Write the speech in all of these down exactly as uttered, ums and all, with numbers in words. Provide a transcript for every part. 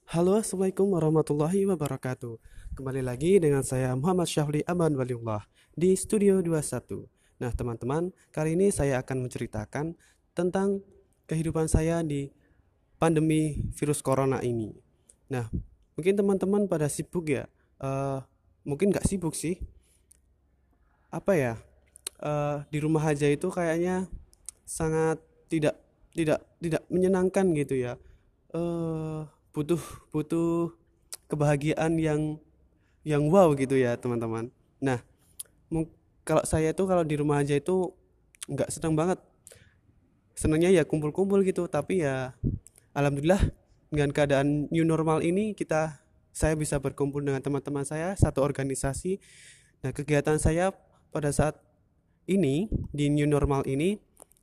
Halo, Assalamualaikum warahmatullahi wabarakatuh. Kembali lagi dengan saya Muhammad Syafli Aman Waliullah di Studio dua puluh satu. Nah, teman-teman, kali ini saya akan menceritakan tentang kehidupan saya di pandemi virus corona ini. Nah, mungkin teman-teman pada sibuk ya. Eh, mungkin nggak sibuk sih. Apa ya? Eh, di rumah aja itu kayaknya sangat tidak tidak tidak menyenangkan gitu ya. Eh, butuh butuh kebahagiaan yang yang wow gitu ya teman-teman. Nah, mung- kalau saya tuh kalau di rumah aja itu nggak senang banget. Senangnya ya kumpul-kumpul gitu, tapi ya alhamdulillah dengan keadaan new normal ini kita saya bisa berkumpul dengan teman-teman saya satu organisasi. Nah, kegiatan saya pada saat ini di new normal ini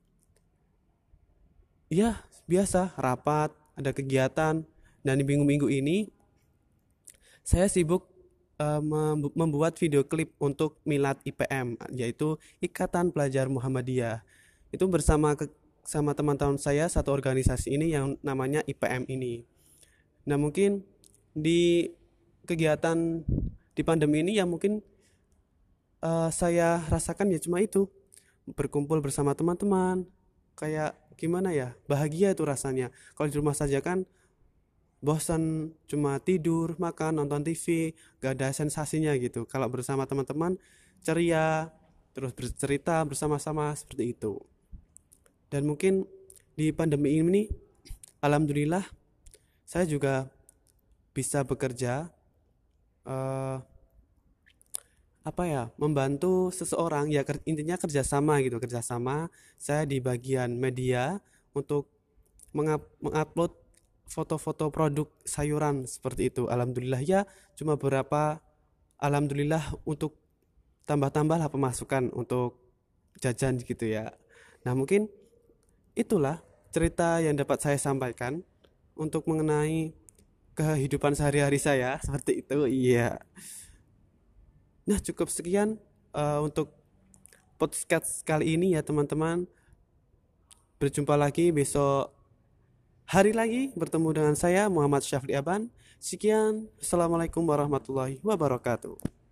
ya biasa rapat, ada kegiatan, dan di minggu-minggu ini saya sibuk eh, mem- membuat video klip untuk Milad I P M, yaitu Ikatan Pelajar Muhammadiyah. Itu bersama ke- sama teman-teman saya satu organisasi ini yang namanya I P M ini. Nah, mungkin di kegiatan di pandemi ini yang mungkin eh, saya rasakan ya cuma itu, berkumpul bersama teman-teman. Kayak gimana ya? Bahagia itu rasanya. Kalau di rumah saja kan bosan cuma tidur, makan, nonton T V, gak ada sensasinya gitu. Kalau bersama teman-teman ceria, terus bercerita bersama-sama seperti itu. Dan mungkin di pandemi ini, alhamdulillah saya juga bisa bekerja, eh, apa ya, membantu seseorang ya ker- intinya kerjasama gitu, kerjasama. Saya di bagian media untuk mengap- mengupload foto-foto produk sayuran seperti itu. Alhamdulillah ya, cuma beberapa. Alhamdulillah untuk tambah-tambah lah pemasukan untuk jajan gitu ya. Nah, mungkin itulah cerita yang dapat saya sampaikan untuk mengenai kehidupan sehari-hari saya seperti itu. Iya. Nah, cukup sekian eh, untuk podcast kali ini ya teman-teman. Berjumpa lagi besok hari lagi bertemu dengan saya Muhammad Syafri Aban. Sekian, Assalamualaikum warahmatullahi wabarakatuh.